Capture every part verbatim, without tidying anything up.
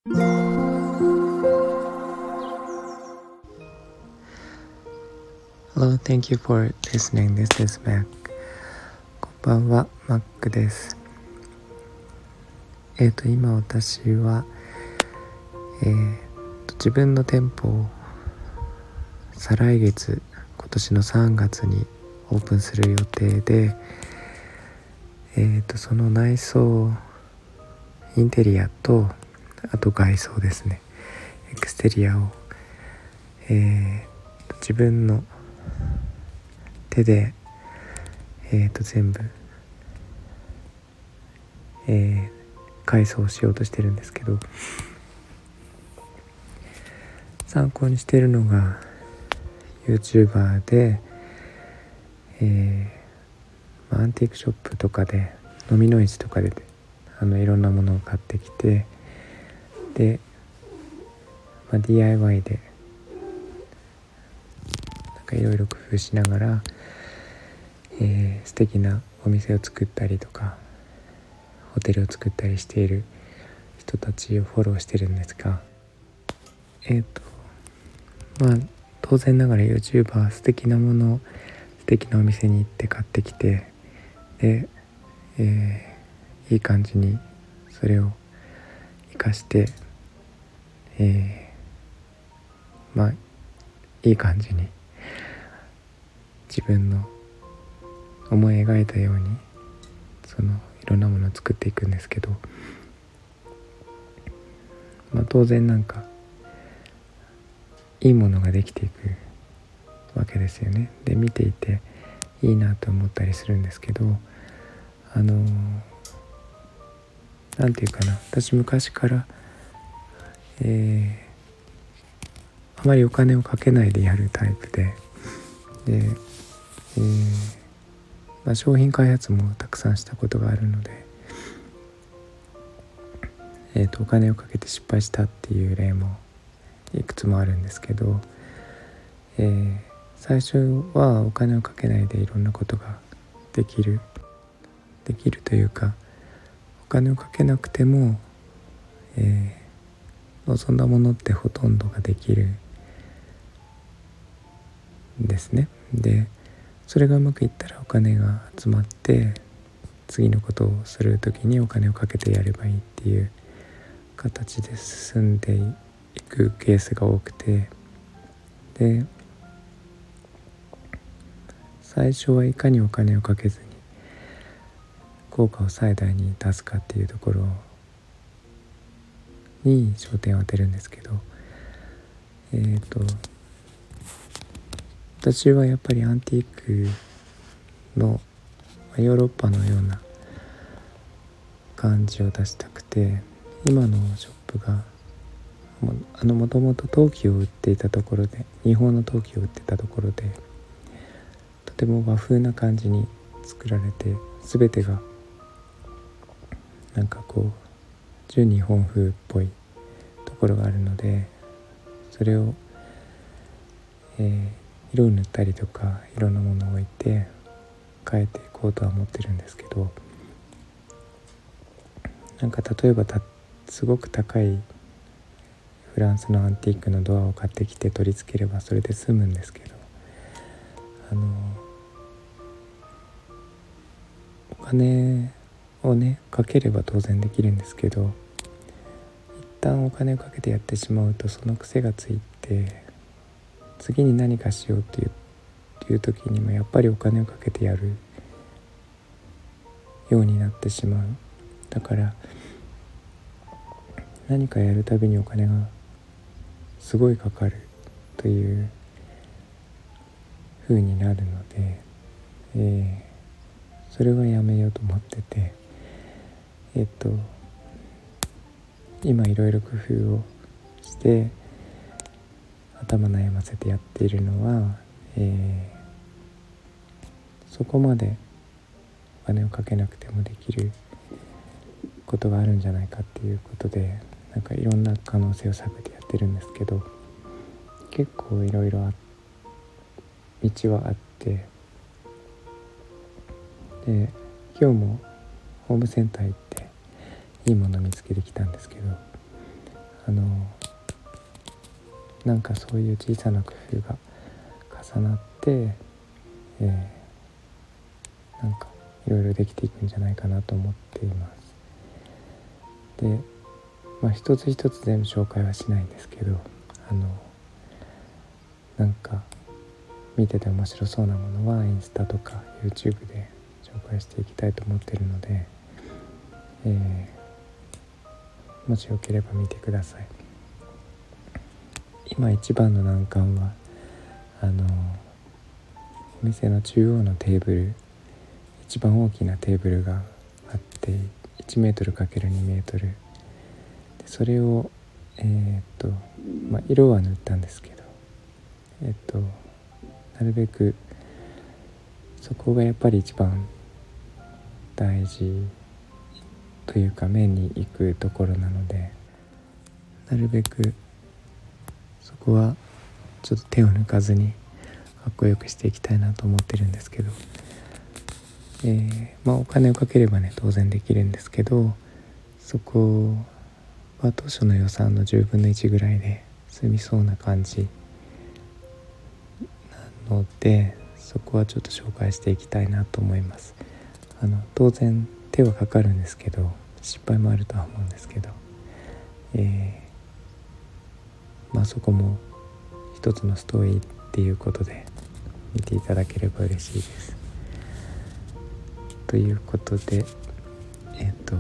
Hello, thank you for listening. This is Mac. こんばんは、Mac です。えっ、ー、と、今私は、えーと、自分の店舗を再来月、今年のさんがつにオープンする予定で、えっ、ー、と、その内装、インテリアと、あと外装ですね、エクステリアを、えーと、自分の手で、えーと、全部、えー、改装しようとしてるんですけど、参考にしているのが YouTuber で、えーまあ、アンティークショップとかで飲みの市とかであのいろんなものを買ってきて、で、まあ、ディーアイワイ でなんかいろいろ工夫しながら、えー、素敵なお店を作ったりとかホテルを作ったりしている人たちをフォローしてるんですが、えっとまあ当然ながら YouTuber は素敵なものを素敵なお店に行って買ってきて、で、えー、いい感じにそれを生かして、えー、まあいい感じに自分の思い描いたようにそのいろんなものを作っていくんですけど、まあ当然なんかいいものができていくわけですよね。で見ていていいなと思ったりするんですけど、あのー、なんていうかな、私昔から、えー、あまりお金をかけないでやるタイプで、で、えーまあ、商品開発もたくさんしたことがあるので、えーと、お金をかけて失敗したっていう例もいくつもあるんですけど、えー、最初はお金をかけないでいろんなことができるできるというか、お金をかけなくても、えー、望んだものってほとんどができるんですね。でそれがうまくいったらお金が集まって次のことをするときにお金をかけてやればいいっていう形で進んでいくケースが多くて、で最初はいかにお金をかけずに効果を最大に出すかっていうところに焦点を当てるんですけど、えーと私はやっぱりアンティークのヨーロッパのような感じを出したくて、今のショップがあのもともと陶器を売っていたところで、日本の陶器を売ってたところでとても和風な感じに作られて、全てがなんかこう純日本風っぽいところがあるので、それを、えー色を塗ったりとかいろんなものを置いて変えていこうとは思ってるんですけど、なんか例えばたすごく高いフランスのアンティークのドアを買ってきて取り付ければそれで済むんですけど、あのお金をねかければ当然できるんですけど、一旦お金をかけてやってしまうとその癖がついて、次に何かしようというっていう時にもやっぱりお金をかけてやるようになってしまう。だから何かやるたびにお金がすごいかかるという風になるので、えー、それはやめようと思ってて、えっと今いろいろ工夫をして頭悩ませてやっているのは、えー、そこまでお金をかけなくてもできることがあるんじゃないかっていうことで、なんかいろんな可能性を探ってやってるんですけど、結構いろいろ道はあって、で今日もホームセンター行っていいもの見つけてきたんですけど、 あのなんかそういう小さな工夫が重なって、えー、なんかいろいろできていくんじゃないかなと思っています。で、まあ一つ一つ全部紹介はしないんですけど、あのなんか見てて面白そうなものはインスタとか YouTube で紹介していきたいと思っているので、えー、もしよければ見てください。今一番の難関はあのお店の中央のテーブル、一番大きなテーブルがあっていちメートルかけるにメートルで、それをえー、っと、まあ、色は塗ったんですけど、えっとなるべくそこがやっぱり一番大事というか目に行くところなので、なるべくそこはちょっと手を抜かずにかっこよくしていきたいなと思ってるんですけど、えー、まあお金をかければね当然できるんですけど、そこは当初の予算のじゅうぶんのいちぐらいで済みそうな感じなので、そこはちょっと紹介していきたいなと思います。あの当然手はかかるんですけど、失敗もあるとは思うんですけど、えー、まあそこも一つのストーリーっていうことで見ていただければ嬉しいです。ということで、えっと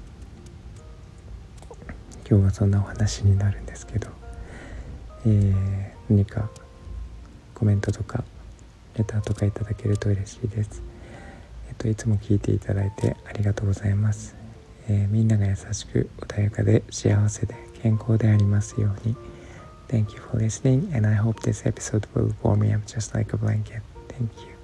今日はそんなお話になるんですけど、えー、何かコメントとかレターとかいただけると嬉しいです。えっといつも聞いていただいてありがとうございます。えー、みんなが優しく穏やかで幸せで健康でありますように。Thank you for listening, and I hope this episode will warm me up just like a blanket. Thank you.